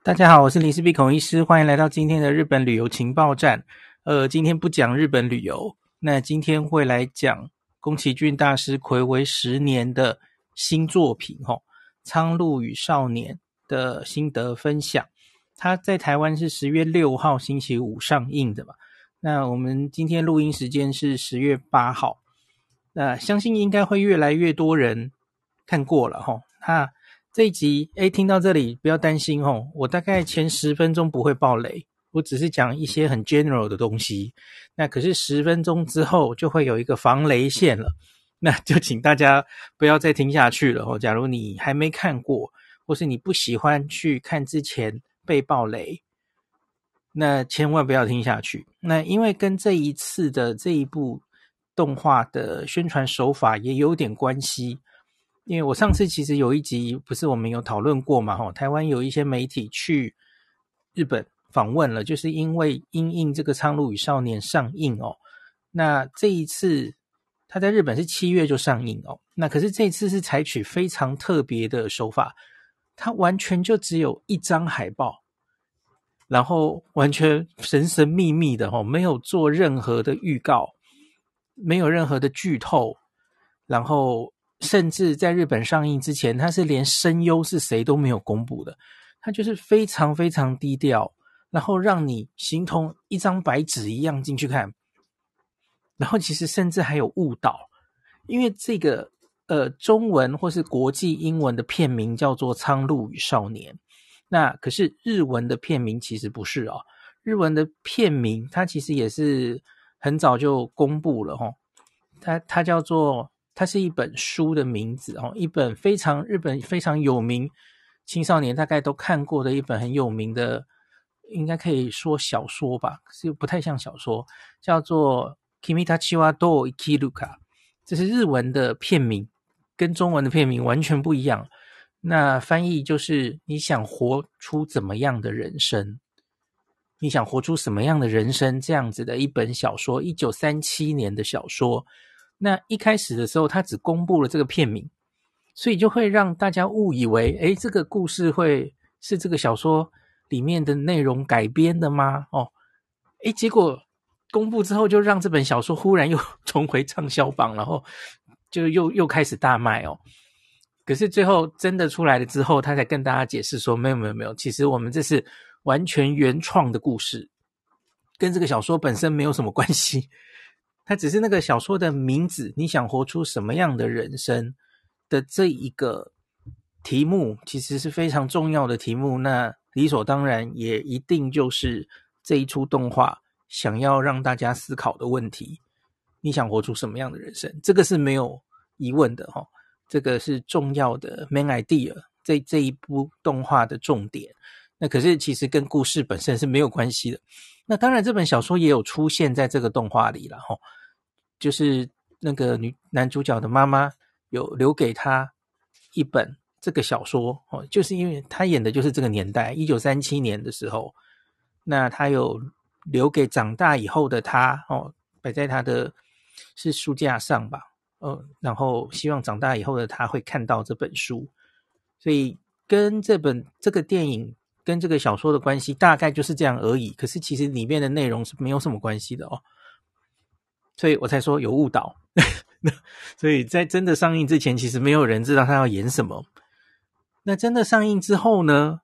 大家好，我是林氏璧孔医师，欢迎来到今天的日本旅游情报站。今天不讲日本旅游，那今天会来讲宫崎骏大师睽违10年的新作品苍鹭与少年的心得分享。他在台湾是10月6号星期五上映的嘛，那我们今天录音时间是10月8号，那相信应该会越来越多人看过了那这一集听到这里不要担心我大概前10分钟不会爆雷，我只是讲一些很 general 的东西，那可是10分钟之后就会有一个防雷线了，那就请大家不要再听下去了假如你还没看过，或是你不喜欢去看之前被爆雷，那千万不要听下去。那因为跟这一次的这一部动画的宣传手法也有点关系，因为我上次其实有一集不是我们有讨论过嘛台湾有一些媒体去日本访问了，就是因为因应这个苍鹭与少年上映那这一次他在日本是7月就上映那可是这一次是采取非常特别的手法，它完全就只有一张海报，然后完全神神秘秘的没有做任何的预告，没有任何的剧透，然后甚至在日本上映之前，他是连声优是谁都没有公布的，他就是非常非常低调，然后让你形同一张白纸一样进去看，然后其实甚至还有误导，因为这个中文或是国际英文的片名叫做《苍鹭与少年》，那可是日文的片名其实不是日文的片名它其实也是很早就公布了它叫做，它是一本书的名字一本日本非常有名，青少年大概都看过的一本很有名的，应该可以说小说吧，可是不太像小说，叫做 Kimitachi wa do ikiru ka， 这是日文的片名，跟中文的片名完全不一样。那翻译就是你想活出怎么样的人生，你想活出什么样的人生，这样子的一本小说，1937年的小说。那一开始的时候他只公布了这个片名，所以就会让大家误以为这个故事会是这个小说里面的内容改编的吗结果公布之后就让这本小说忽然又重回畅销榜，然后就又开始大卖可是最后真的出来了之后，他才跟大家解释说没有，其实我们这是完全原创的故事，跟这个小说本身没有什么关系，它只是那个小说的名字，你想活出什么样的人生的这一个题目其实是非常重要的题目，那理所当然也一定就是这一出动画想要让大家思考的问题，你想活出什么样的人生，这个是没有疑问的这个是重要的 main idea， 这一部动画的重点。那可是其实跟故事本身是没有关系的，那当然这本小说也有出现在这个动画里了就是那个男主角的妈妈有留给他一本这个小说就是因为他演的就是这个年代1937年的时候，那他有留给长大以后的他摆在他的是书架上吧然后希望长大以后的他会看到这本书，所以跟这个电影跟这个小说的关系大概就是这样而已，可是其实里面的内容是没有什么关系的所以我才说有误导所以在真的上映之前其实没有人知道他要演什么，那真的上映之后呢，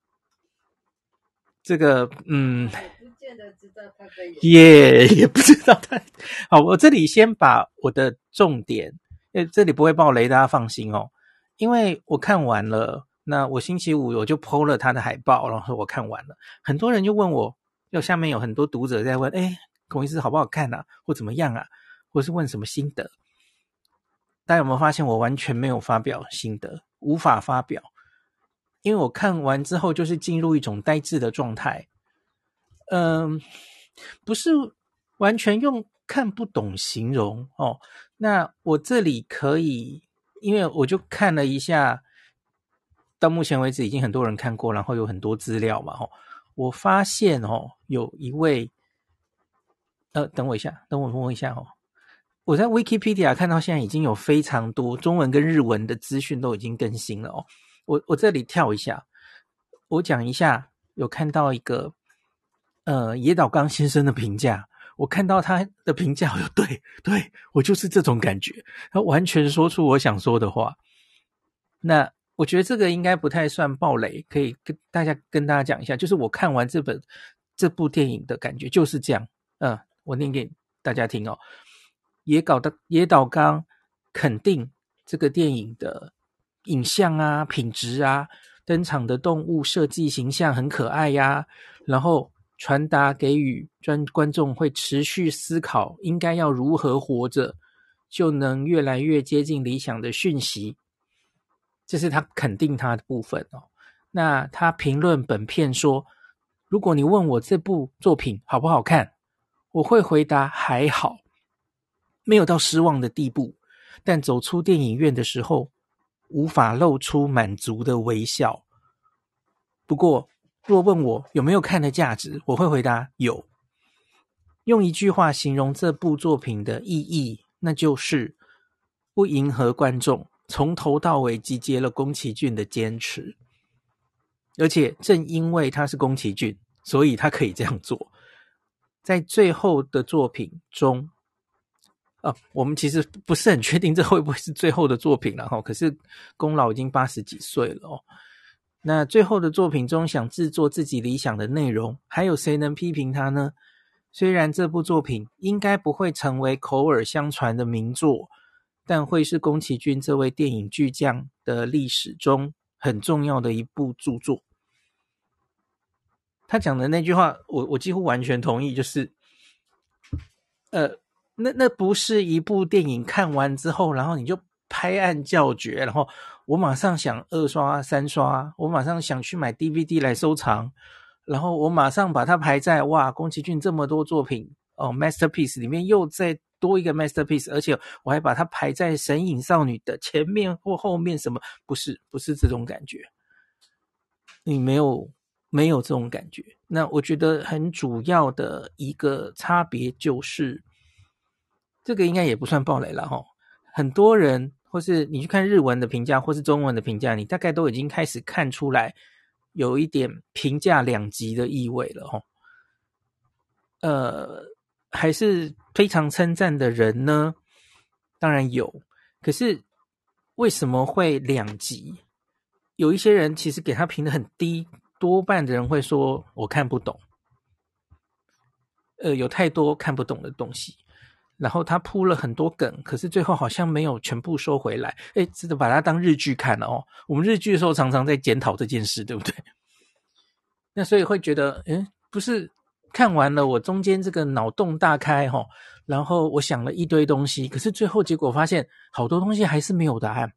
这个不见得知道他在演也不知道他好，我这里先把我的重点，这里不会爆雷，大家放心因为我看完了，那我星期五我就 po 了他的海报，然后我看完了，很多人就问我，下面有很多读者在问孔医师好不好看啊，或怎么样啊，或是问什么心得，大家有没有发现我完全没有发表心得，无法发表，因为我看完之后就是进入一种呆滞的状态不是完全用看不懂形容那我这里可以，因为我就看了一下，到目前为止已经很多人看过，然后有很多资料嘛我发现有一位等我一下我在 Wikipedia 看到现在已经有非常多中文跟日文的资讯都已经更新了我这里跳一下， 我讲一下，有看到一个野岛刚先生的评价，我看到他的评价，我就对，我就是这种感觉，他完全说出我想说的话。那我觉得这个应该不太算暴雷，可以跟大家讲一下，就是我看完这部电影的感觉就是这样。我念给大家听哦。野岛刚肯定这个电影的影像啊、品质啊、登场的动物设计形象很可爱呀，然后传达给予观众会持续思考应该要如何活着，就能越来越接近理想的讯息。这是他肯定他的部分哦。那他评论本片说，如果你问我这部作品好不好看，我会回答还好，没有到失望的地步，但走出电影院的时候无法露出满足的微笑。不过若问我有没有看的价值，我会回答有。用一句话形容这部作品的意义，那就是不迎合观众，从头到尾集结了宫崎骏的坚持。而且正因为他是宫崎骏，所以他可以这样做。在最后的作品中，我们其实不是很确定这会不会是最后的作品了齁，可是宫老已经80几岁了哦。那最后的作品中想制作自己理想的内容，还有谁能批评他呢？虽然这部作品应该不会成为口耳相传的名作，但会是宫崎骏这位电影巨匠的历史中很重要的一部著作。他讲的那句话我几乎完全同意，就是那不是一部电影看完之后然后你就拍案叫绝，然后我马上想2刷3刷，我马上想去买 DVD 来收藏，然后我马上把它排在哇宫崎骏这么多作品Masterpiece 里面又再多一个 Masterpiece， 而且我还把它排在神隐少女的前面或后面，什么不是这种感觉，你没有这种感觉。那我觉得很主要的一个差别就是这个应该也不算暴雷了齁，很多人或是你去看日文的评价或是中文的评价，你大概都已经开始看出来有一点评价两极的意味了齁。还是非常称赞的人呢，当然有，可是为什么会两极？有一些人其实给他评得很低，多半的人会说我看不懂，有太多看不懂的东西，然后他铺了很多梗，可是最后好像没有全部收回来，真的把它当日剧看了哦。我们日剧的时候常常在检讨这件事，对不对？那所以会觉得，不是看完了我中间这个脑洞大开齁，然后我想了一堆东西，可是最后结果发现好多东西还是没有答案，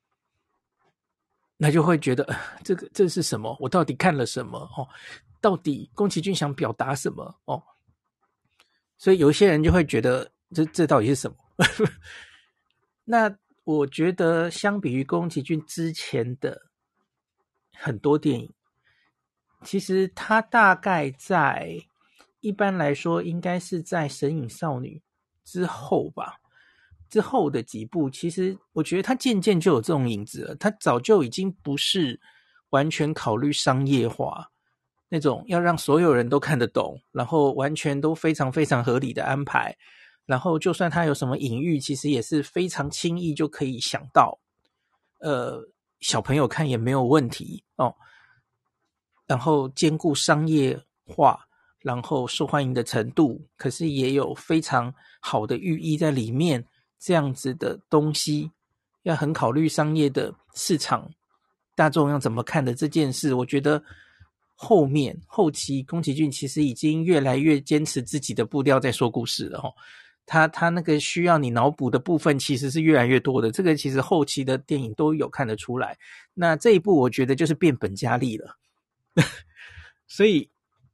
那就会觉得这是什么？我到底看了什么？到底宫崎骏想表达什么？所以有一些人就会觉得这到底是什么？那我觉得相比于宫崎骏之前的很多电影，其实他大概在一般来说应该是在神隐少女之后吧，之后的几部，其实我觉得他渐渐就有这种影子了，他早就已经不是完全考虑商业化那种要让所有人都看得懂，然后完全都非常非常合理的安排，然后就算他有什么隐喻，其实也是非常轻易就可以想到，小朋友看也没有问题哦。然后兼顾商业化，然后受欢迎的程度，可是也有非常好的寓意在里面，这样子的东西要很考虑商业的市场大众要怎么看的这件事，我觉得后期宫崎骏其实已经越来越坚持自己的步调在说故事了齁。他那个需要你脑补的部分其实是越来越多的，这个其实后期的电影都有看得出来。那这一部我觉得就是变本加厉了。所以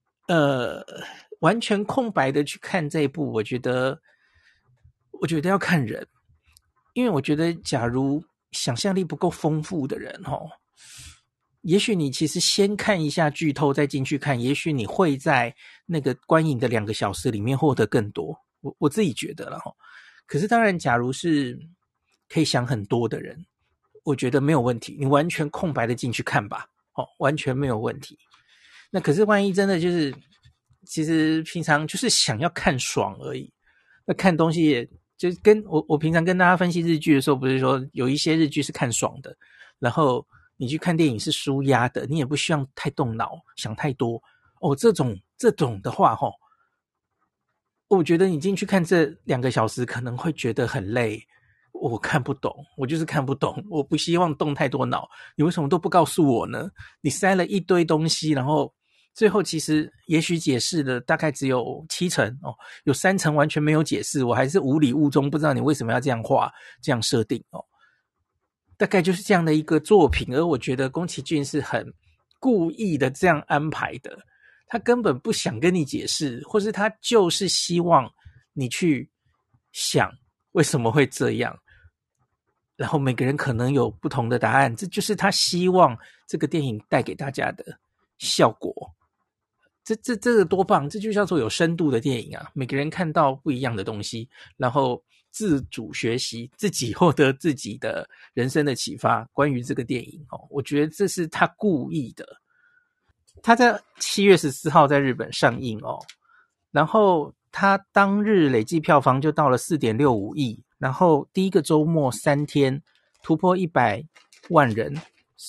完全空白的去看这一部，我觉得要看人，因为我觉得假如想象力不够丰富的人也许你其实先看一下剧透再进去看，也许你会在那个观影的2个小时里面获得更多，我自己觉得啦齁。可是当然假如是可以想很多的人，我觉得没有问题，你完全空白的进去看吧完全没有问题。那可是万一真的就是其实平常就是想要看爽而已，那看东西也就跟我平常跟大家分析日剧的时候，不是说有一些日剧是看爽的，然后你去看电影是抒压的，你也不需要太动脑想太多这种的话我觉得你进去看这2个小时可能会觉得很累，我看不懂，我就是看不懂，我不希望动太多脑，你为什么都不告诉我呢？你塞了一堆东西，然后最后其实也许解释的大概只有70%有30%完全没有解释，我还是无理悟中，不知道你为什么要这样画这样设定大概就是这样的一个作品，而我觉得宫崎骏是很故意的这样安排的，他根本不想跟你解释，或是他就是希望你去想为什么会这样，然后每个人可能有不同的答案，这就是他希望这个电影带给大家的效果。这个多棒，这就叫做有深度的电影啊！每个人看到不一样的东西，然后自主学习，自己获得自己的人生的启发。关于这个电影我觉得这是他故意的。他在7月14号在日本上映然后他当日累计票房就到了 4.65 亿，然后第一个周末3天突破100万人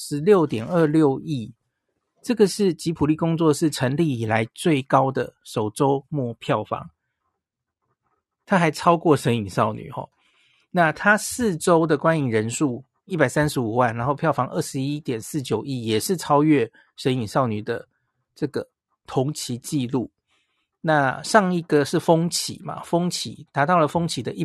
16.26 亿，这个是吉卜力工作室成立以来最高的首周末票房，它还超过神隐少女那它4周的观影人数135万，然后票房 21.49 亿，也是超越神隐少女的这个同期纪录。那上一个是风起嘛，风起达到了风起的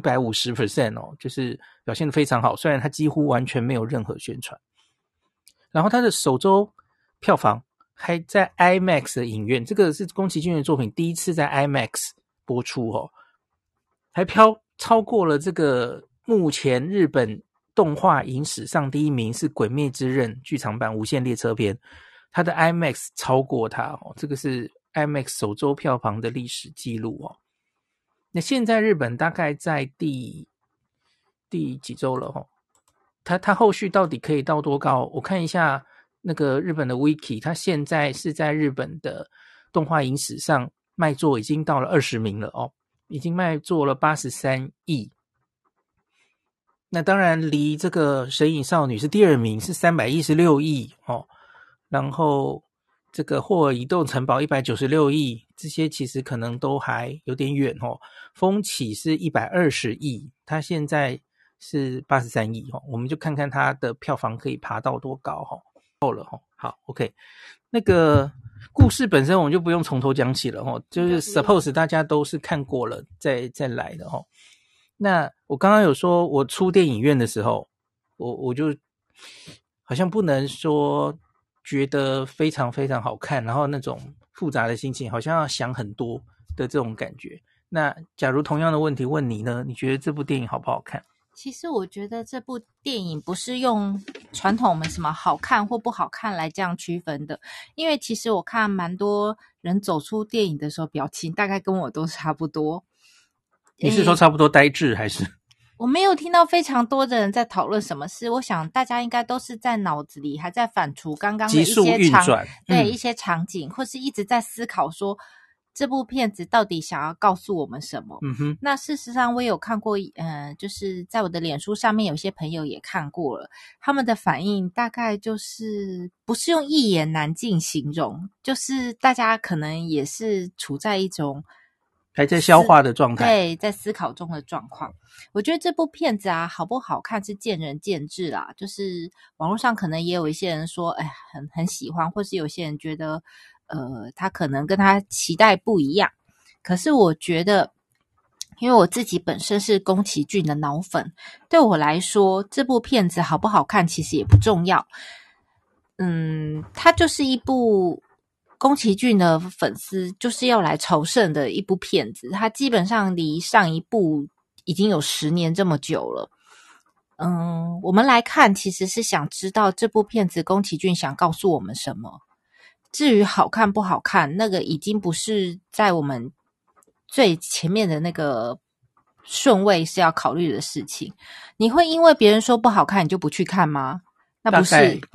150% 就是表现得非常好，虽然它几乎完全没有任何宣传。然后它的首周票房还在 IMAX 的影院，这个是宫崎骏的作品第一次在 IMAX 播出还超过了这个目前日本动画影史上第一名是《鬼灭之刃》剧场版无限列车篇，它的 IMAX 超过它这个是 IMAX 首周票房的历史记录那现在日本大概在第几周了它后续到底可以到多高？我看一下那个日本的 Wiki， 它现在是在日本的动画影史上卖座已经到了20名了已经卖座了83亿。那当然离这个神隐少女是第2名，是316亿然后这个霍尔移动城堡196亿，这些其实可能都还有点远风起是120亿，它现在是83亿我们就看看它的票房可以爬到多高够了好 OK， 那个故事本身我们就不用从头讲起了就是 suppose 大家都是看过了再来的那我刚刚有说我出电影院的时候我就好像不能说觉得非常非常好看，然后那种复杂的心情好像要想很多的这种感觉。那假如同样的问题问你呢，你觉得这部电影好不好看？ 其实我觉得这部电影不是用传统我们什么好看或不好看来这样区分的，因为其实我看蛮多人走出电影的时候表情大概跟我都差不多。 你是说差不多呆滞还是？ 我没有听到非常多的人在讨论什么事，我想大家应该都是在脑子里还在反刍刚刚的一些一些场景，或是一直在思考说这部片子到底想要告诉我们什么。那事实上我也有看过就是在我的脸书上面有些朋友也看过了，他们的反应大概就是不是用一言难尽形容，就是大家可能也是处在一种还在消化的状态， 对，在思考中的状况。我觉得这部片子啊，好不好看是见仁见智啦。就是网络上可能也有一些人说，很喜欢，或是有些人觉得，他可能跟他期待不一样。可是我觉得，因为我自己本身是宫崎骏的脑粉，对我来说，这部片子好不好看其实也不重要。它就是一部宫崎骏的粉丝就是要来朝圣的一部片子，它基本上离上一部已经有10年这么久了。我们来看其实是想知道这部片子宫崎骏想告诉我们什么。至于好看不好看，那个已经不是在我们最前面的那个顺位是要考虑的事情。你会因为别人说不好看你就不去看吗？那不是， 大概不会。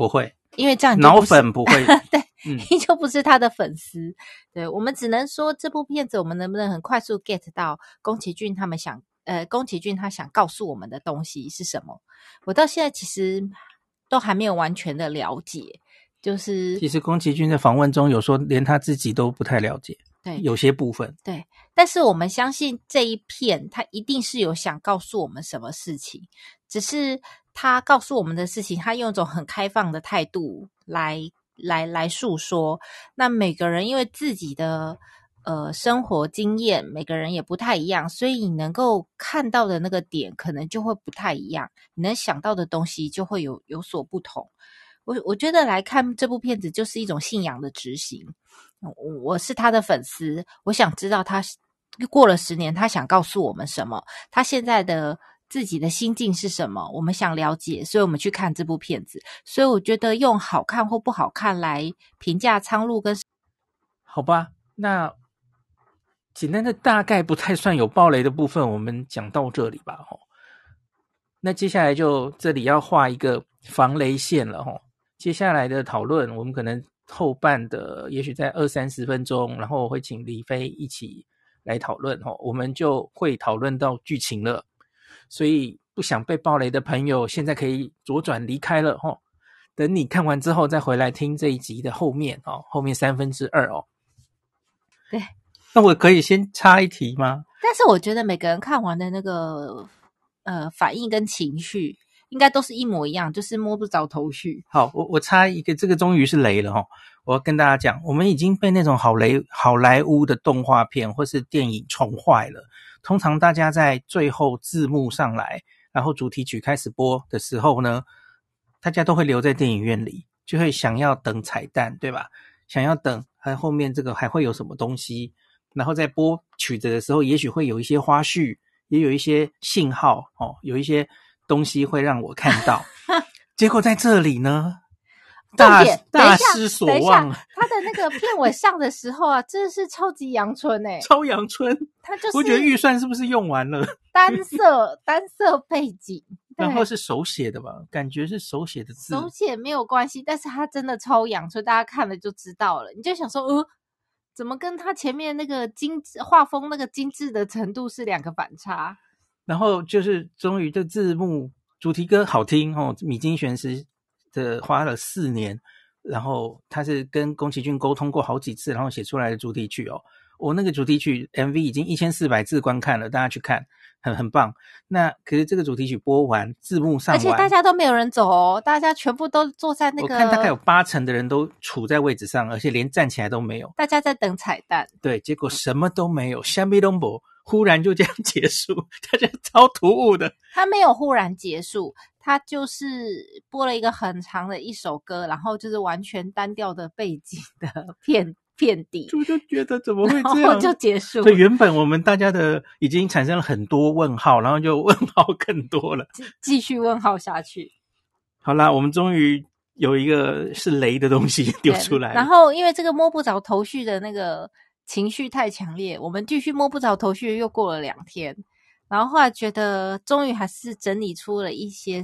因为这样你就脑粉不会对，你就不是他的粉丝。对，我们只能说这部片子我们能不能很快速 get 到宫崎骏他想告诉我们的东西是什么。我到现在其实都还没有完全的了解，就是其实宫崎骏在访问中有说连他自己都不太了解， 对， 有些部分对，但是我们相信这一片他一定是有想告诉我们什么事情，只是他告诉我们的事情他用一种很开放的态度来述说。那每个人因为自己的生活经验每个人也不太一样，所以你能够看到的那个点可能就会不太一样，你能想到的东西就会有所不同。我觉得来看这部片子就是一种信仰的执行。我是他的粉丝，我想知道他过了10年他想告诉我们什么，他现在的自己的心境是什么，我们想了解，所以我们去看这部片子。所以我觉得用好看或不好看来评价苍鹭跟好吧。那简单的大概不太算有爆雷的部分我们讲到这里吧。那接下来就这里要画一个防雷线了。接下来的讨论我们可能后半的也许在20-30分钟，然后我会请李飞一起来讨论。我们就会讨论到剧情了，所以不想被爆雷的朋友现在可以左转离开了。等你看完之后再回来听这一集的后面后面2/3。 对， 那我可以先插一题吗？ 但是我觉得每个人看完的那个反应跟情绪应该都是一模一样，就是摸不着头绪。 好，我插一个，这个终于是雷了。我要跟大家讲，我们已经被那种好莱坞的动画片或是电影宠坏了。通常大家在最后字幕上来，然后主题曲开始播的时候呢，大家都会留在电影院里，就会想要等彩蛋，对吧？想要等后面这个还会有什么东西，然后在播曲子的时候也许会有一些花絮，也有一些信号有一些东西会让我看到。结果在这里呢，大失所望。 他的那个片尾上的时候啊，真的是超级阳春超阳春。 他就是我觉得预算是不是用完了？ 单色背景， 然后是手写的吧，感觉是手写的字。 手写没有关系，但是他真的超阳春，大家看了就知道了。你就想说，怎么跟他前面那个画风那个精致的程度是两个反差？ 然后就是终于这字幕主题歌好听米津玄师的花了4年，然后他是跟宫崎骏沟通过好几次，然后写出来的主题曲我那个主题曲 MV 已经1400字观看了，大家去看很棒。那可是这个主题曲播完字幕上完， 而且大家都没有人走大家全部都坐在那个， 我看大概有80%的人都处在位置上，而且连站起来都没有， 大家在等彩蛋。 对，结果什么都没有，什么都没有，忽然就这样结束，大家超突兀的。 他没有忽然结束，他就是播了一个很长的一首歌，然后就是完全单调的背景的片底， 我就觉得怎么会这样， 然后就结束。 所以原本我们大家的已经产生了很多问号，然后就问号更多了， 继续问号下去。 好啦，我们终于有一个是雷的东西丢出来了。 然后因为这个摸不着头绪的那个情绪太强烈，我们继续摸不着头绪，又过了2天，然后后来觉得终于还是整理出了一些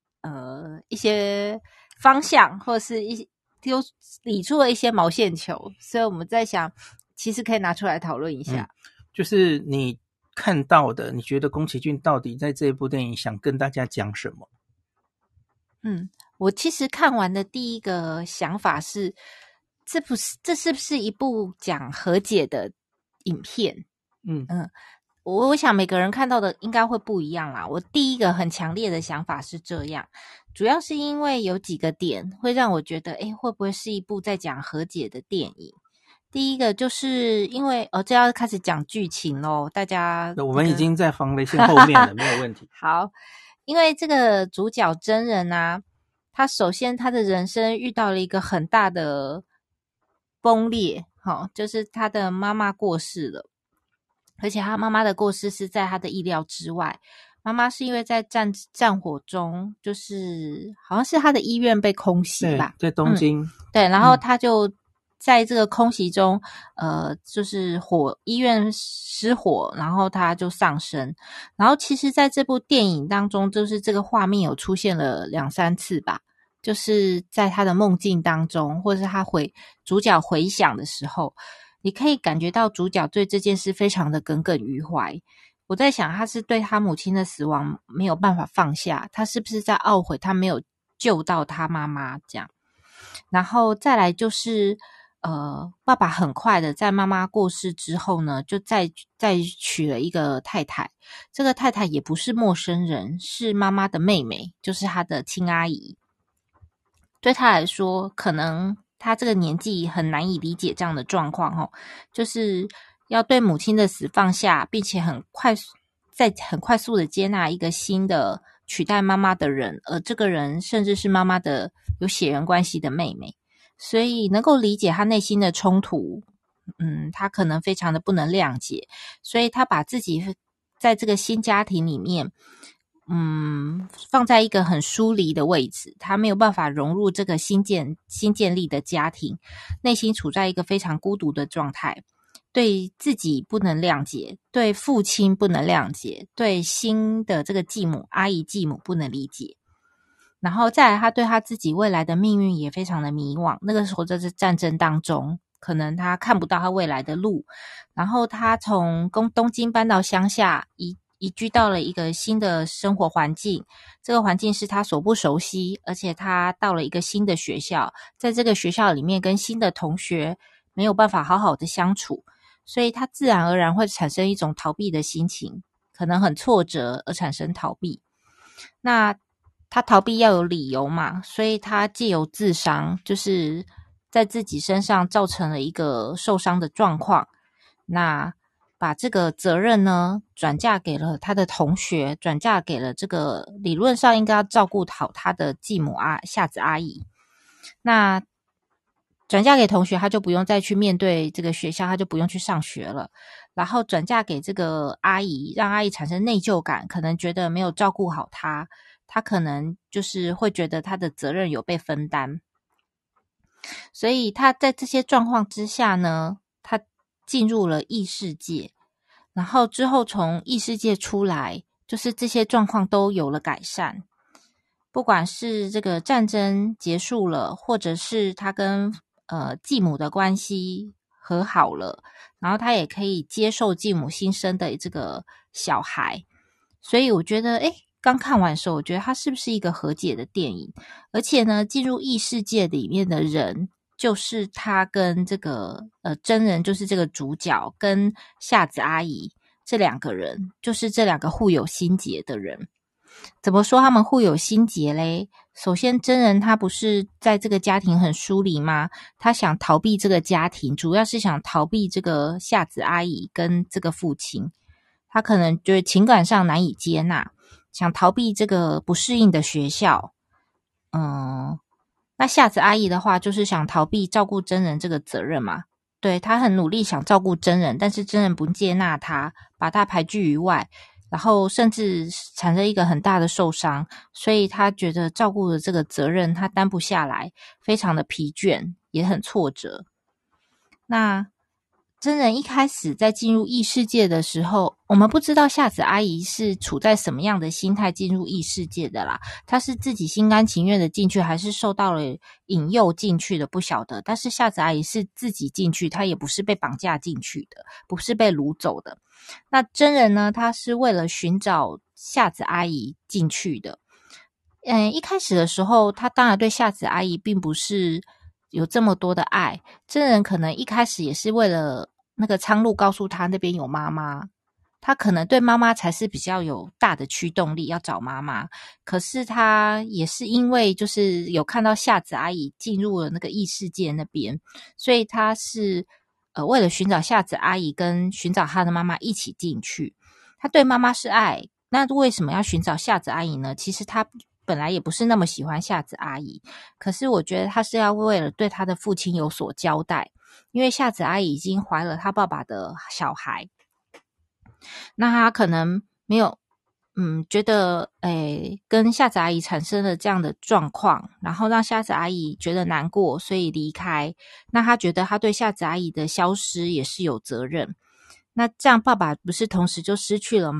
方向，或者是理出了一些毛线球，所以我们在想其实可以拿出来讨论一下。 就是你看到的，你觉得宫崎骏到底在这一部电影想跟大家讲什么？ 我其实看完的第一个想法是，这是不是一部讲和解的影片？我想每个人看到的应该会不一样啦。我第一个很强烈的想法是这样，主要是因为有几个点会让我觉得，会不会是一部在讲和解的电影？第一个就是因为这要开始讲剧情咯，大家我们已经在防雷线后面了，没有问题。 好，因为这个主角真人啊，他首先他的人生遇到了一个很大的崩裂，就是他的妈妈过世了，而且他妈妈的过世是在他的意料之外。妈妈是因为在战火中，就是好像是他的医院被空袭吧， 在东京， 对，然后他就在这个空袭中，就是医院失火，然后他就丧生。然后其实在这部电影当中，就是这个画面有出现了2-3次吧， 就是在他的梦境当中，或者是主角回想的时候，你可以感觉到主角对这件事非常的耿耿于怀。我在想他是对他母亲的死亡没有办法放下，他是不是在懊悔他没有救到他妈妈这样。然后再来就是爸爸很快的在妈妈过世之后呢，就再娶了一个太太。这个太太也不是陌生人，是妈妈的妹妹，就是她的亲阿姨。对他来说，可能他这个年纪很难以理解这样的状况就是要对母亲的死放下，并且很快速的接纳一个新的取代妈妈的人，而这个人甚至是妈妈的有血缘关系的妹妹，所以能够理解他内心的冲突。他可能非常的不能谅解，所以他把自己在这个新家庭里面放在一个很疏离的位置，他没有办法融入这个新建立的家庭，内心处在一个非常孤独的状态，对自己不能谅解，对父亲不能谅解，对新的这个阿姨继母不能理解。然后再来他对他自己未来的命运也非常的迷惘，那个时候在这战争当中，可能他看不到他未来的路，然后他从东京搬到乡下，移居到了一个新的生活环境，这个环境是他所不熟悉，而且他到了一个新的学校，在这个学校里面跟新的同学没有办法好好的相处，所以他自然而然会产生一种逃避的心情，可能很挫折而产生逃避。那他逃避要有理由嘛，所以他藉由自伤，就是在自己身上造成了一个受伤的状况，那把这个责任呢转嫁给了他的同学，转嫁给了这个理论上应该要照顾好他的继母夏子阿姨。那转嫁给同学，他就不用再去面对这个学校，他就不用去上学了。然后转嫁给这个阿姨，让阿姨产生内疚感，可能觉得没有照顾好他，他可能就是会觉得他的责任有被分担。所以他在这些状况之下呢，他进入了异世界，然后之后从异世界出来，就是这些状况都有了改善。不管是这个战争结束了，或者是他跟继母的关系和好了，然后他也可以接受继母新生的这个小孩。所以我觉得刚看完的时候，我觉得它是不是一个和解的电影？而且呢，进入异世界里面的人，就是他跟这个真人，就是这个主角跟夏子阿姨这两个人，就是这两个互有心结的人。怎么说他们互有心结嘞？首先，真人他不是在这个家庭很疏离吗？他想逃避这个家庭，主要是想逃避这个夏子阿姨跟这个父亲。他可能觉得情感上难以接纳，想逃避这个不适应的学校。那夏子阿姨的话，就是想逃避照顾真人这个责任嘛。对，他很努力想照顾真人，但是真人不接纳他，把他排拒于外。然后甚至产生一个很大的受伤，所以他觉得照顾的这个责任他担不下来，非常的疲倦，也很挫折。那真人一开始在进入异世界的时候，我们不知道夏子阿姨是处在什么样的心态进入异世界的啦，她是自己心甘情愿的进去，还是受到了引诱进去的，不晓得。但是夏子阿姨是自己进去，她也不是被绑架进去的，不是被掳走的。那真人呢，他是为了寻找夏子阿姨进去的。一开始的时候，他当然对夏子阿姨并不是有这么多的爱，真人可能一开始也是为了那个苍鹭告诉他那边有妈妈，他可能对妈妈才是比较有大的驱动力要找妈妈。可是他也是因为就是有看到夏子阿姨进入了那个异世界那边，所以他是为了寻找夏子阿姨跟寻找他的妈妈一起进去。他对妈妈是爱，那为什么要寻找夏子阿姨呢？其实他本来也不是那么喜欢夏子阿姨，可是我觉得他是要为了对他的父亲有所交代，因为夏子阿姨已经怀了他爸爸的小孩，那他可能没有觉得跟夏子阿姨产生了这样的状况，然后让夏子阿姨觉得难过，所以离开。那他觉得他对夏子阿姨的消失也是有责任，那这样爸爸不是同时就失去了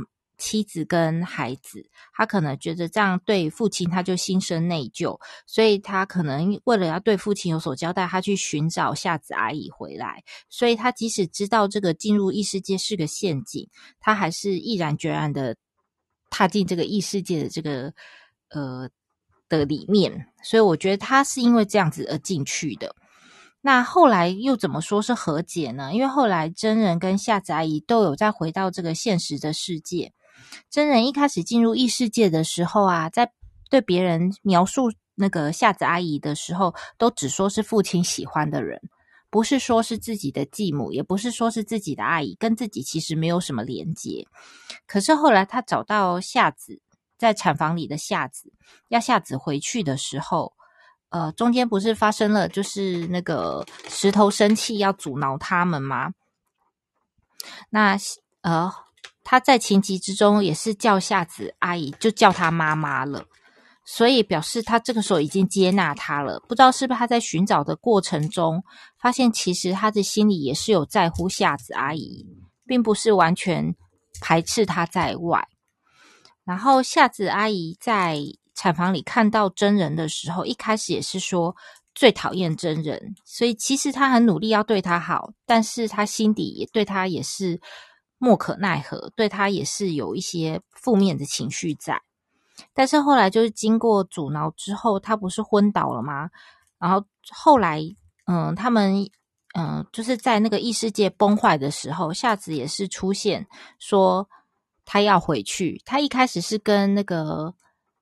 妻子跟孩子，他可能觉得这样对父亲他就心生内疚，所以他可能为了要对父亲有所交代，他去寻找夏子阿姨回来，所以他即使知道这个进入异世界是个陷阱，他还是毅然决然的踏进这个异世界的这个的里面，所以我觉得他是因为这样子而进去的。那后来又怎么说是和解呢？因为后来真人跟夏子阿姨都有再回到这个现实的世界。真人一开始进入异世界的时候啊，在对别人描述那个夏子阿姨的时候，都只说是父亲喜欢的人，不是说是自己的继母，也不是说是自己的阿姨，跟自己其实没有什么连结。可是后来他找到夏子，在产房里的夏子，要夏子回去的时候，中间不是发生了就是那个石头生气要阻挠他们吗？那他在情急之中也是叫夏子阿姨，就叫他妈妈了，所以表示他这个时候已经接纳他了。不知道是不是他在寻找的过程中，发现其实他的心里也是有在乎夏子阿姨，并不是完全排斥他在外。然后夏子阿姨在产房里看到真人的时候，一开始也是说最讨厌真人，所以其实他很努力要对他好，但是他心底也对他也是莫可奈何，对他也是有一些负面的情绪在。但是后来就是经过阻挠之后，他不是昏倒了吗？然后后来他们就是在那个异世界崩坏的时候，夏子也是出现说他要回去。他一开始是跟那个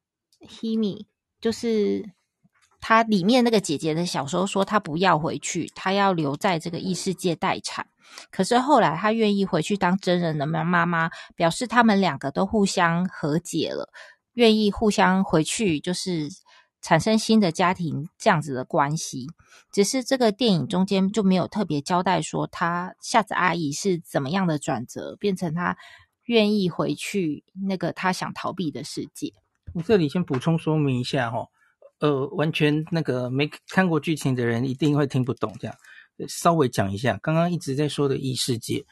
Himi， 就是他里面那个姐姐的小时候说他不要回去，他要留在这个异世界待产。可是后来他愿意回去当真人的妈妈，表示他们两个都互相和解了，愿意互相回去，就是产生新的家庭这样子的关系。只是这个电影中间就没有特别交代说他夏子阿姨是怎么样的转折，变成他愿意回去那个他想逃避的世界。 我这里先补充说明一下完全那个没看过剧情的人一定会听不懂，这样稍微讲一下。刚刚一直在说的异世界，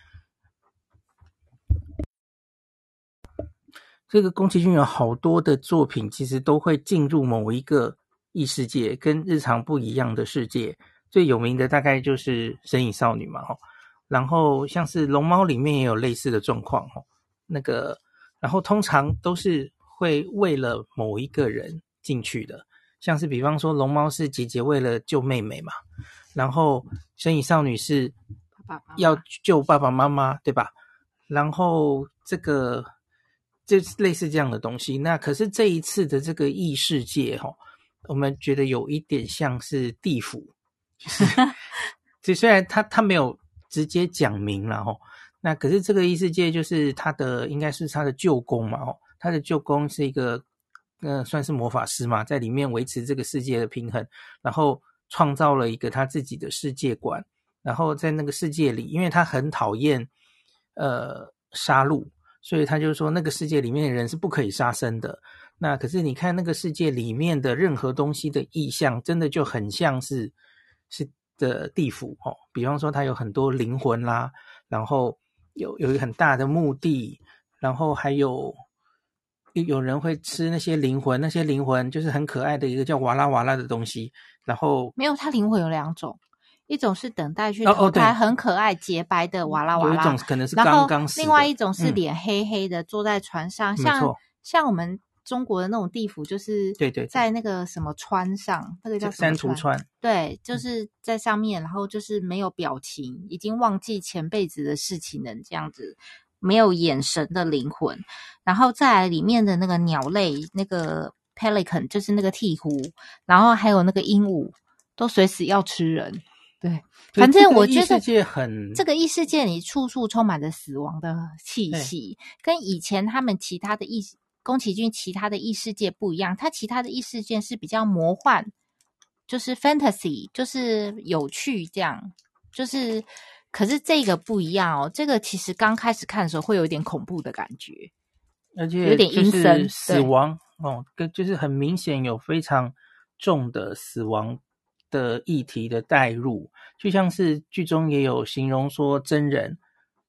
这个宫崎骏有好多的作品其实都会进入某一个异世界，跟日常不一样的世界。最有名的大概就是神隐少女嘛然后像是龙猫里面也有类似的状况然后通常都是会为了某一个人进去的，像是比方说龙猫是姐姐为了救妹妹嘛，然后神隐少女是要救爸爸妈妈，对吧？然后就是类似这样的东西。那可是这一次的这个异世界我们觉得有一点像是地府，就虽然他没有直接讲明了那可是这个异世界就是应该是他的舅公嘛他的舅公是一个算是魔法师嘛，在里面维持这个世界的平衡，然后创造了一个他自己的世界观。然后在那个世界里，因为他很讨厌杀戮，所以他就说那个世界里面的人是不可以杀生的。那可是你看那个世界里面的任何东西的意象，真的就很像是的地府比方说它有很多灵魂啦，然后有一个很大的墓地，然后还有人会吃那些灵魂，那些灵魂就是很可爱的一个叫瓦拉瓦拉的东西。然后没有，它灵魂有两种，一种是等待去投胎很可爱洁白的瓦拉瓦拉， 有一种可能是刚刚死的， 另外一种是脸黑黑的坐在船上，像我们中国的那种地府，就是在那个什么川上，那个叫什么山图川， 对，就是在上面，然后就是没有表情，已经忘记前辈子的事情的这样子，没有眼神的灵魂。然后再来里面的那个鸟类，那个 pelican 就是那个鹈鹕，然后还有那个鹦鹉，都随时要吃人。对，反正我觉得这个异世界里处处充满着死亡的气息，跟以前他们其他的宫崎骏其他的异世界不一样，他其他的异世界是比较魔幻，就是 fantasy， 就是有趣这样，就是可是这个不一样这个其实刚开始看的时候会有点恐怖的感觉， 而且有点阴森， 死亡就是很明显有非常重的死亡的议题的带入，就像是剧中也有形容说真人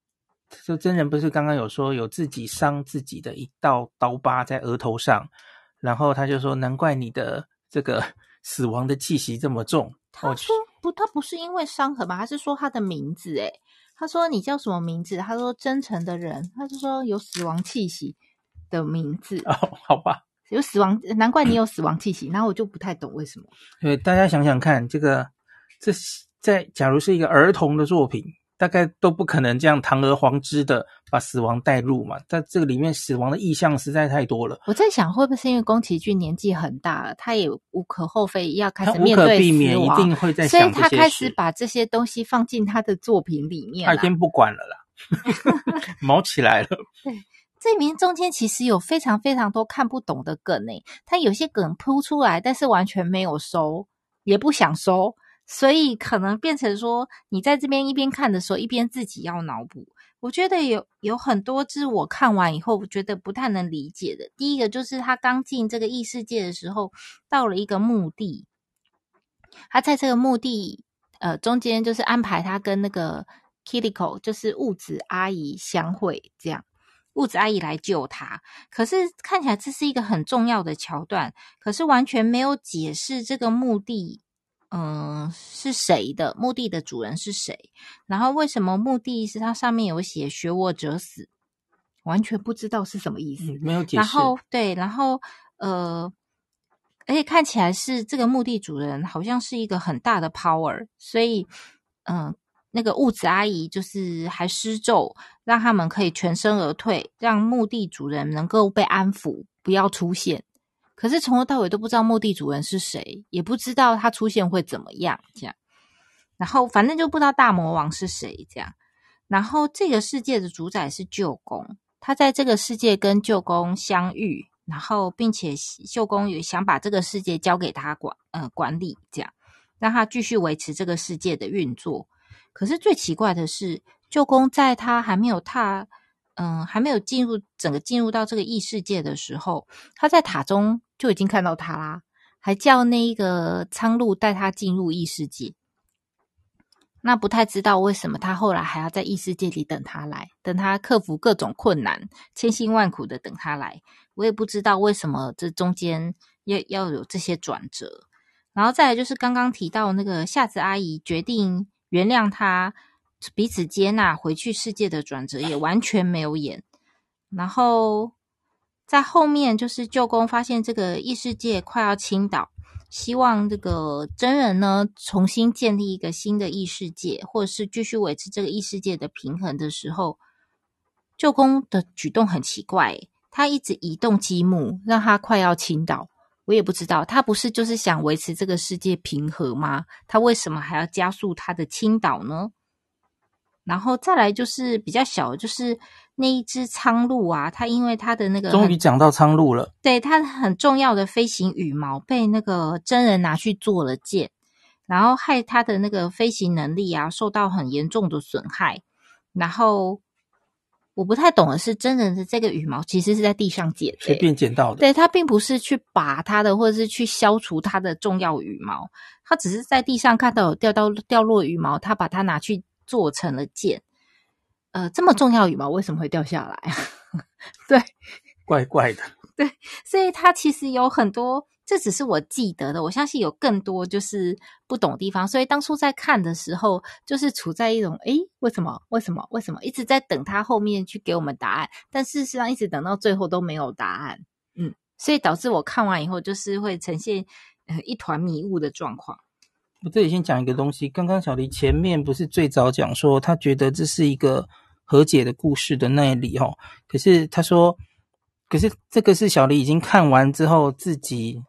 就真人不是刚刚有说有自己伤自己的一道刀疤在额头上，然后他就说难怪你的这个死亡的气息这么重。 他说不，他不是因为伤痕吧？他是说他的名字诶。他说你叫什么名字？他说真诚的人，他就说有死亡气息的名字。 哦，好吧， 有死亡，难怪你有死亡气息。然后我就不太懂为什么。 对，大家想想看，这在假如是一个儿童的作品，大概都不可能这样堂而皇之的把死亡带入嘛。但这个里面死亡的意象实在太多了。 我在想，会不会是因为宫崎骏年纪很大了，他也无可厚非要开始面对他无可避免， 死亡， 一定会在想这些事， 所以他开始把这些东西放进他的作品里面。 他已经不管了啦，毛起来了。 对。这里面中间其实有非常非常多看不懂的梗诶，他有些梗铺出来，但是完全没有收，也不想收，所以可能变成说你在这边一边看的时候，一边自己要脑补。我觉得有很多是我看完以后我觉得不太能理解的。第一个就是他刚进这个异世界的时候，到了一个墓地，他在这个墓地中间就是安排他跟那个 Kiriko 就是雾子阿姨相会，这样雾子阿姨来救他。可是看起来这是一个很重要的桥段，可是完全没有解释这个墓地是谁的，墓地的主人是谁，然后为什么墓地是它上面有写学我者死，完全不知道是什么意思。 没有解释。 然后对，然后而且看起来是这个墓地主人好像是一个很大的 power， 所以那个雾子阿姨就是还施咒让他们可以全身而退，让墓地主人能够被安抚，不要出现。可是从头到尾都不知道墓地主人是谁，也不知道他出现会怎么样，这样。然后反正就不知道大魔王是谁，这样。然后这个世界的主宰是舅公，他在这个世界跟舅公相遇，然后并且舅公也想把这个世界交给他管理，这样让他继续维持这个世界的运作。可是最奇怪的是，舅公在他还没有进入到这个异世界的时候，他在塔中就已经看到他啦，还叫那一个苍鹭带他进入异世界。那不太知道为什么他后来还要在异世界里等他来，等他克服各种困难，千辛万苦的等他来。我也不知道为什么这中间要有这些转折。然后再来就是刚刚提到那个夏子阿姨决定原谅他，彼此接纳回去世界的转折也完全没有演。然后在后面就是舅公发现这个异世界快要倾倒，希望这个真人呢重新建立一个新的异世界，或者是继续维持这个异世界的平衡的时候，舅公的举动很奇怪，他一直移动积木让他快要倾倒。我也不知道他不是就是想维持这个世界平和吗？他为什么还要加速他的倾倒呢？然后再来就是比较小的，就是那一只苍鹭啊，它因为它的那个终于讲到苍鹭了， 对，它很重要的飞行羽毛被那个真人拿去做了剑，然后害它的那个飞行能力啊受到很严重的损害。然后我不太懂的是，真人的这个羽毛其实是在地上捡的， 随便捡到的。 对，它并不是去拔它的，或者是去消除它的重要羽毛，它只是在地上看到有掉落羽毛，它把它拿去做成了剑。这么重要羽毛为什么会掉下来？对， 怪怪的。 对，所以它其实有很多，这只是我记得的，我相信有更多就是不懂的地方。所以当初在看的时候，就是处在一种为什么一直在等他后面去给我们答案，但事实上一直等到最后都没有答案。所以导致我看完以后就是会呈现一团迷雾的状况。 我这里先讲一个东西，刚刚小黎前面不是最早讲说他觉得这是一个和解的故事的那里可是他说，可是这个是小黎已经看完之后自己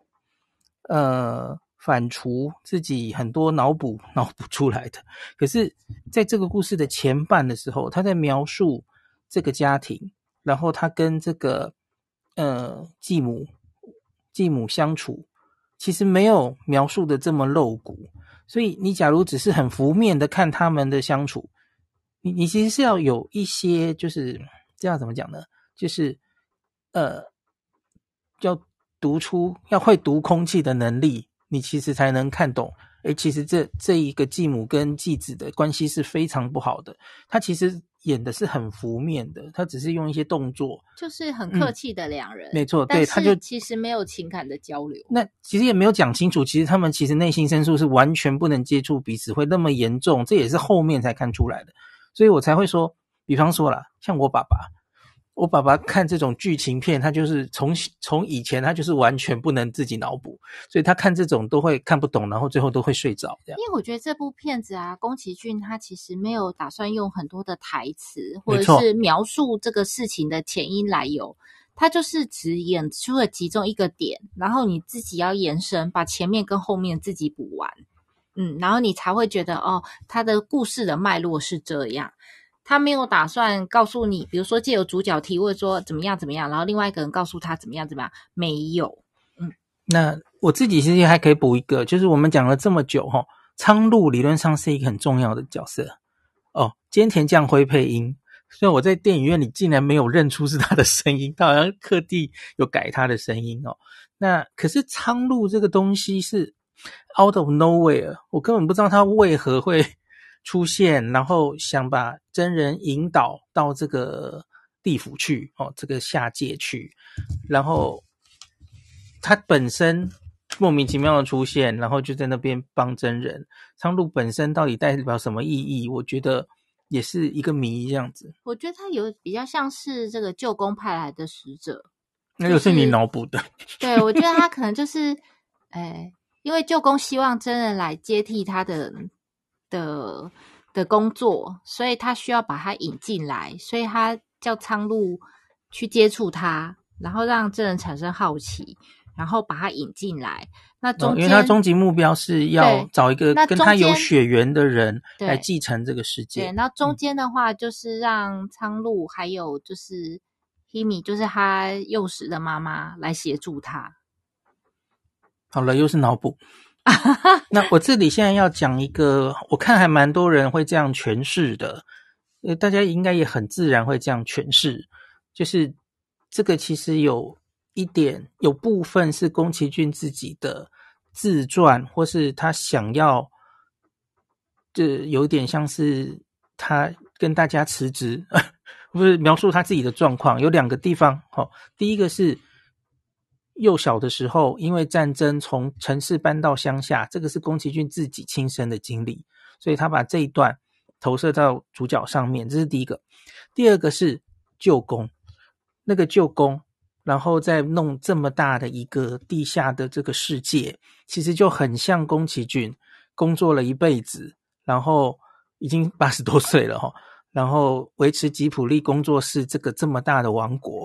反刍，自己很多脑补出来的。可是在这个故事的前半的时候，他在描述这个家庭，然后他跟这个继母相处，其实没有描述的这么露骨。所以你假如只是很浮面的看他们的相处，你其实是要有一些就是这样怎么讲呢，就是要会读空气的能力，你其实才能看懂其实这一个继母跟继子的关系是非常不好的，他其实演的是很浮面的，他只是用一些动作， 就是很客气的两人， 没错， 但对，他就是其实没有情感的交流。 那其实也没有讲清楚，其实他们其实内心深处是完全不能接触彼此，会那么严重，这也是后面才看出来的，所以我才会说，比方说啦，像我爸爸看这种剧情片，他就是从以前他就是完全不能自己脑补，所以他看这种都会看不懂，然后最后都会睡着这样。 因为我觉得这部片子啊，宫崎骏他其实没有打算用很多的台词，或者是描述这个事情的前因来由，他就是只演出了其中一个点，然后你自己要延伸，把前面跟后面自己补完，然后你才会觉得哦，他的故事的脉络是这样。他没有打算告诉你，比如说借由主角提问说怎么样怎么样，然后另外一个人告诉他怎么样怎么样，没有。 那我自己其实还可以补一个，就是我们讲了这么久苍鹭理论上是一个很重要的角色菅田将晖配音，所以我在电影院里竟然没有认出是他的声音，他好像特地有改他的声音那可是苍鹭这个东西是 out of nowhere， 我根本不知道他为何会出现，然后想把真人引导到这个地府去这个下界去，然后他本身莫名其妙的出现，然后就在那边帮真人。苍鹭本身到底代表什么意义，我觉得也是一个谜这样子。 我觉得他有比较像是这个舅公派来的使者， 那就是你脑补的。 对，我觉得他可能就是因为舅公希望真人来接替他的工作，所以他需要把他引进来，所以他叫苍鹭去接触他，然后让真人产生好奇，然后把他引进来。那中间， 因为他终极目标是要找一个跟他有血缘的人来继承这个世界。 对，那中间的话就是让苍鹭还有就是 Himi， 就是他幼时的妈妈来协助他。 好了，又是脑补。那我这里现在要讲一个，我看还蛮多人会这样诠释的，大家应该也很自然会这样诠释，就是这个其实有部分是宫崎骏自己的自传，或是他想要，有点像是他跟大家辞职，不是描述他自己的状况，有两个地方第一个是幼小的时候，因为战争从城市搬到乡下，这个是宫崎骏自己亲身的经历，所以他把这一段投射到主角上面，这是第一个。第二个是舅公，那个舅公，然后再弄这么大的一个地下的这个世界，其实就很像宫崎骏工作了一辈子，然后已经80多岁了然后维持吉卜力工作室这么大的王国，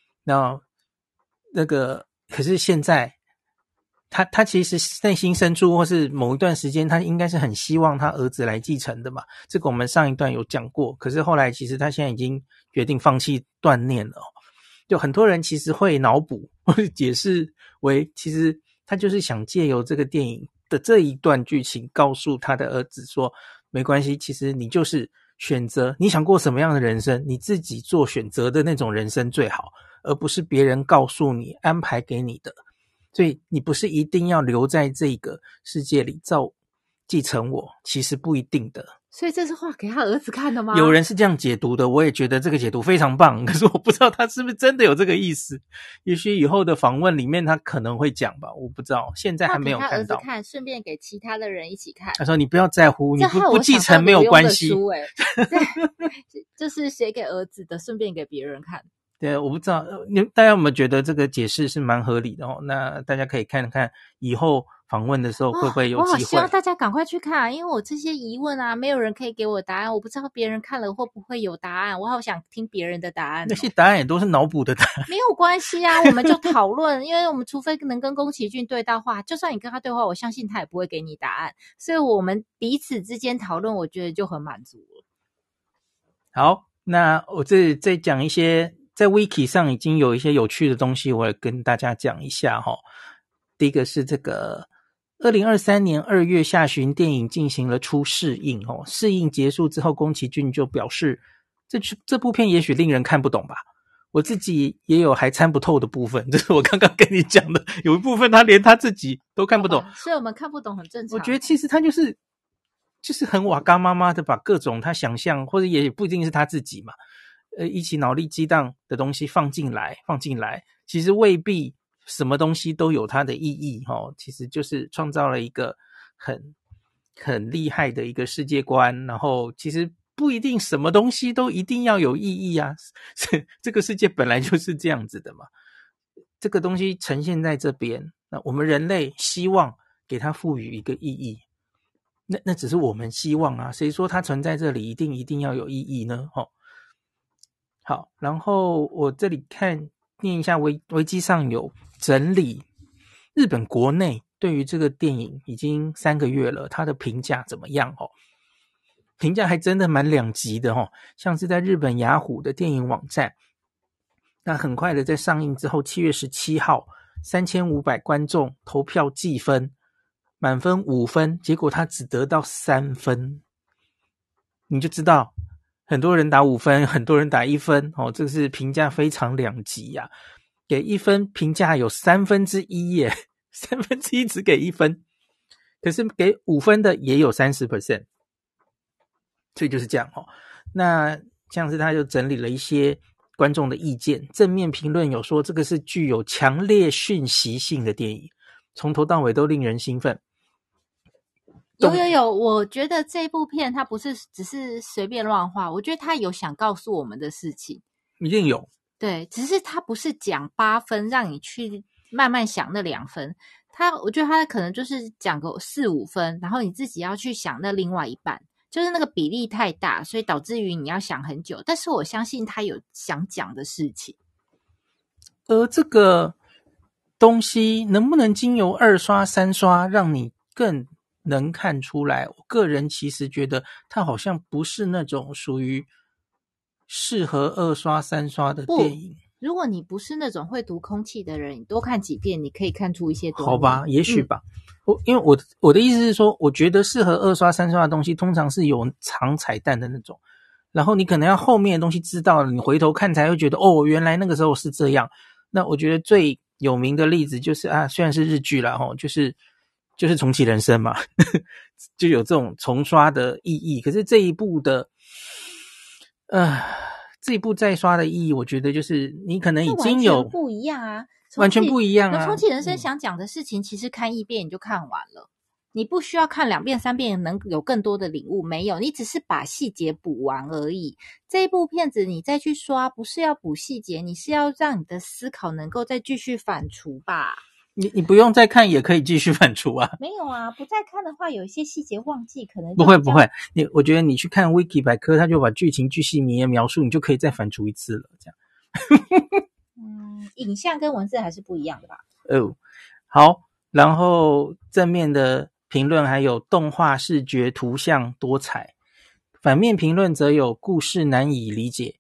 那个可是现在他其实内心深处或是某一段时间他应该是很希望他儿子来继承的嘛，这个我们上一段有讲过，可是后来其实他现在已经决定放弃锻炼了就很多人其实会脑补或者解释为其实他就是想借由这个电影的这一段剧情告诉他的儿子说没关系，其实你就是选择你想过什么样的人生，你自己做选择的那种人生最好，而不是别人告诉你安排给你的，所以你不是一定要留在这个世界里继承我，其实不一定的。 所以这是画给他儿子看的吗？ 有人是这样解读的，我也觉得这个解读非常棒，可是我不知道他是不是真的有这个意思，也许以后的访问里面他可能会讲吧，我不知道，现在还没有看到。 画给他儿子看，顺便给其他的人一起看。 他说你不要在乎，你不继承没有关系。 就是写给儿子的，顺便给别人看。 对，我不知道大家有没有觉得这个解释是蛮合理的那大家可以看看以后访问的时候会不会有机会。 我好希望大家赶快去看因为我这些疑问啊，没有人可以给我答案，我不知道别人看了会不会有答案，我好想听别人的答案那些答案也都是脑补的答案。 没有关系啊，我们就讨论因为我们除非能跟宫崎骏对到话，就算你跟他对话，我相信他也不会给你答案，所以我们彼此之间讨论，我觉得就很满足了。 好，那我这再讲一些在 Wiki 上已经有一些有趣的东西，我也跟大家讲一下第一个是这个2023年2月下旬，电影进行了初试映试映结束之后，宫崎骏就表示这部片也许令人看不懂吧， 我自己也有还参不透的部分，这是我刚刚跟你讲的，有一部分他连他自己都看不懂， 所以我们看不懂很正常。 我觉得其实他就是很瓦嘎妈妈的把各种他想象，或者也不一定是他自己嘛，一起脑力激荡的东西放进来，其实未必什么东西都有它的意义其实就是创造了一个很厉害的一个世界观，然后其实不一定什么东西都一定要有意义啊，这个世界本来就是这样子的嘛，这个东西呈现在这边，那我们人类希望给它赋予一个意义，那只是我们希望啊，谁说它存在这里一定要有意义呢？好，然后我这里念一下维基上有整理日本国内对于这个电影已经3个月了，它的评价怎么样评价还真的蛮两极的像是在日本雅虎的电影网站，那很快的在上映之后7月17号3500观众投票计分，满分5分，结果他只得到3分，你就知道很多人打5分，很多人打1分这个是评价非常两极啊，给1分评价有1/3耶，1/3只给1分，可是给5分的也有 30%， 所以就是这样那像是他就整理了一些观众的意见，正面评论有说这个是具有强烈讯息性的电影，从头到尾都令人兴奋。 有，我觉得这部片它不是只是随便乱画，我觉得它有想告诉我们的事情， 一定有。 对，只是它不是讲8分让你去慢慢想那2分，我觉得它可能就是讲个4-5分，然后你自己要去想那另外一半，就是那个比例太大，所以导致于你要想很久，但是我相信他有想讲的事情。 而这个东西能不能经由2刷3刷让你更能看出来，我个人其实觉得它好像不是那种属于适合2刷3刷的电影。 如果你不是那种会读空气的人，你多看几遍你可以看出一些东西。 好吧，也许吧。因为我的意思是说，我觉得适合2刷3刷的东西通常是有藏彩蛋的那种，然后你可能要后面的东西知道了，你回头看才会觉得原来那个时候是这样。那我觉得最有名的例子就是虽然是日剧啦就是重启人生嘛就有这种重刷的意义，可是这一部再刷的意义，我觉得就是你可能已经有完全不一样啊， 完全不一样啊。 重启人生想讲的事情，其实看1遍你就看完了，你不需要看2遍3遍能有更多的领悟，没有，你只是把细节补完而已。这一部片子你再去刷，不是要补细节，你是要让你的思考能够再继续反刍吧。 你不用再看也可以继续反刍啊。 没有啊，不再看的话有一些细节忘记，可能不会我觉得你去看 Wiki 百科，他就把剧情巨细靡遗描述，你就可以再反刍一次了，这样影像跟文字还是不一样的吧。 好，然后正面的评论还有动画视觉图像多彩，反面评论则有故事难以理解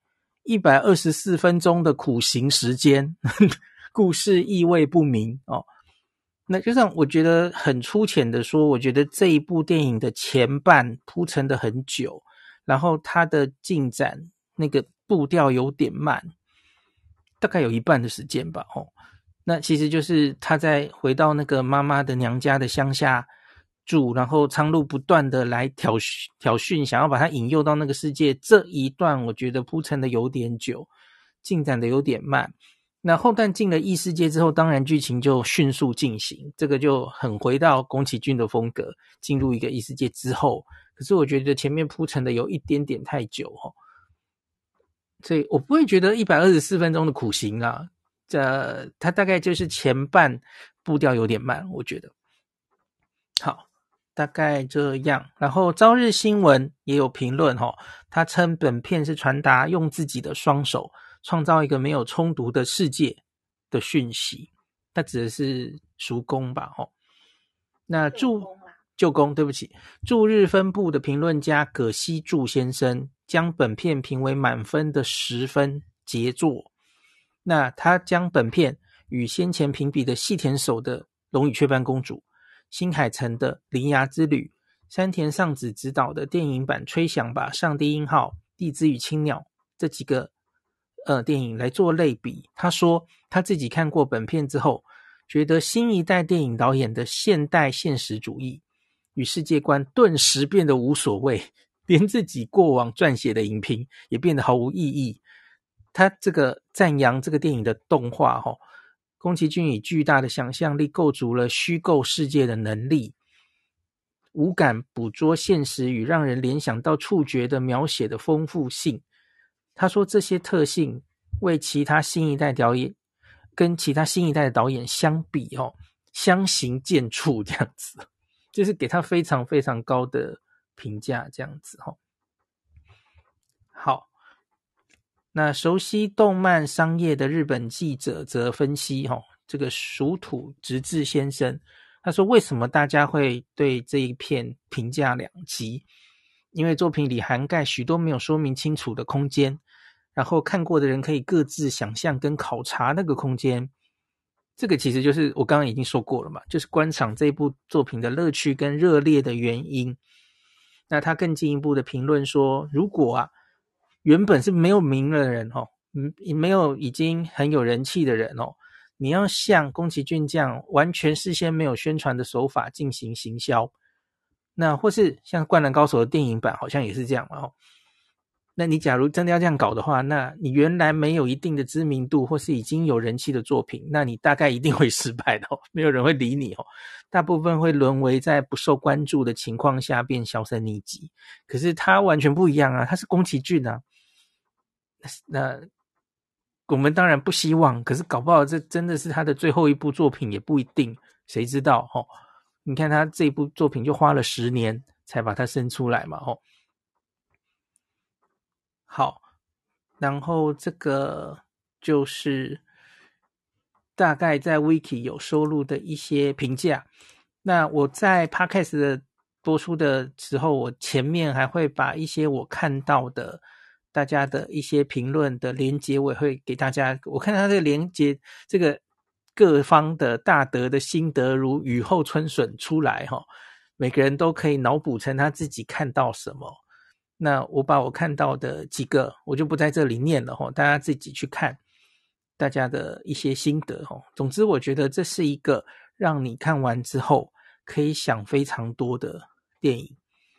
，124分钟的苦行时间故事意味不明那就像我觉得很粗浅的说，我觉得这一部电影的前半铺陈的很久，然后它的进展那个步调有点慢，大概有1半的时间吧那其实就是他在回到那个妈妈的娘家的乡下住，然后苍鹭不断的来挑衅，想要把他引诱到那个世界，这一段我觉得铺陈的有点久，进展的有点慢。那后段进了异世界之后，当然剧情就迅速进行，这个就很回到宫崎骏的风格，进入一个异世界之后，可是我觉得前面铺陈的有一点点太久所以我不会觉得124分钟的苦行啦，它大概就是前半步调有点慢，我觉得。好，大概这样。然后朝日新闻也有评论他称本片是传达用自己的双手创造一个没有冲突的世界的讯息，他指的是叔公吧那舅公对不起，驻日分部的评论家葛西柱先生将本片评为满分的10分杰作，那他将本片与先前评比的细田守的龙与雀斑公主、新海诚的铃芽之旅、山田尚子执导的电影版吹响吧上帝音号、地之与青鸟这几个电影来做类比。他说他自己看过本片之后，觉得新一代电影导演的现代现实主义与世界观顿时变得无所谓，连自己过往撰写的影评也变得毫无意义。他这个赞扬这个电影的动画宫崎骏以巨大的想象力构筑了虚构世界的能力，无感捕捉现实与让人联想到触觉的描写的丰富性。他说这些特性为其他新一代导演跟其他新一代的导演相比相形见绌，这样子就是给他非常非常高的评价这样子好，那熟悉动漫商业的日本记者则分析这个蜀土直治先生，他说为什么大家会对这一片评价两极，因为作品里涵盖许多没有说明清楚的空间，然后看过的人可以各自想象跟考察那个空间。这个其实就是我刚刚已经说过了嘛，就是观赏这部作品的乐趣跟热烈的原因。那他更进一步的评论说，如果原本是没有名的人没有已经很有人气的人你要像宫崎骏这样完全事先没有宣传的手法进行行销，那或是像灌篮高手的电影版好像也是这样嘛那你假如真的要这样搞的话，那你原来没有一定的知名度或是已经有人气的作品，那你大概一定会失败的没有人会理你大部分会沦为在不受关注的情况下变销声匿迹。可是他完全不一样他是宫崎骏那我们当然不希望，可是搞不好这真的是他的最后一部作品也不一定，谁知道你看他这部作品就花了10年才把它生出来嘛好，然后这个就是大概在 Wiki 有收录的一些评价。那我在 Podcast 的播出的时候，我前面还会把一些我看到的大家的一些评论的连结，我也会给大家。我看到这个连结，这个各方的大德的心得如雨后春笋出来每个人都可以脑补成他自己看到什么。那我把我看到的几个我就不在这里念了大家自己去看大家的一些心得总之我觉得这是一个让你看完之后可以想非常多的电影。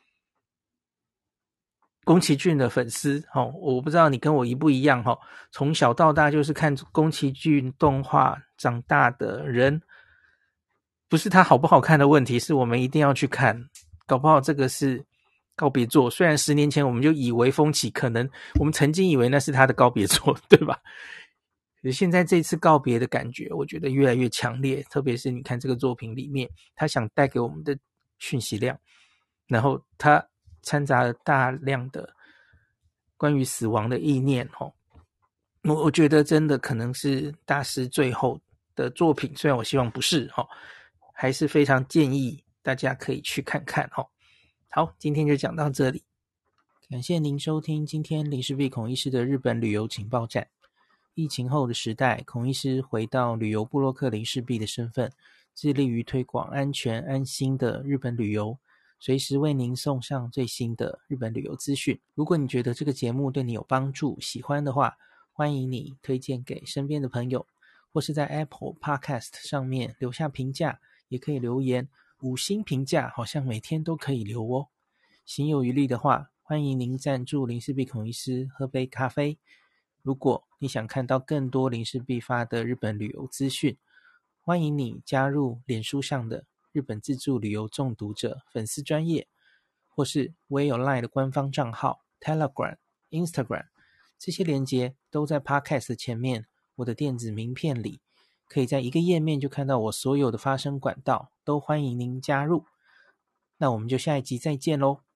宫崎骏的粉丝我不知道你跟我一不一样从小到大就是看宫崎骏动画长大的人，不是他好不好看的问题，是我们一定要去看，搞不好这个是告别作，虽然10年前我们就以为风起，可能我们曾经以为那是他的告别作，对吧？可是现在这次告别的感觉我觉得越来越强烈，特别是你看这个作品里面他想带给我们的讯息量，然后他掺杂了大量的关于死亡的意念我觉得真的可能是大师最后的作品，虽然我希望不是还是非常建议大家可以去看看好，今天就讲到这里，感谢您收听今天林氏璧孔医师的日本旅游情报站。疫情后的时代，孔医师回到旅游部落客林氏璧的身份，致力于推广安全安心的日本旅游，随时为您送上最新的日本旅游资讯。如果你觉得这个节目对你有帮助，喜欢的话，欢迎你推荐给身边的朋友，或是在 Apple Podcast 上面留下评价，也可以留言，5星评价好像每天都可以留行有余力的话，欢迎您赞助林氏璧孔医师喝杯咖啡。如果你想看到更多林氏璧发的日本旅游资讯，欢迎你加入脸书上的日本自助旅游中毒者粉丝专页，或是我也有 LINE 的官方账号 Telegram、Instagram， 这些连结都在 Podcast 前面我的电子名片里，可以在一个页面就看到我所有的发声管道，都欢迎您加入。那我们就下一集再见咯。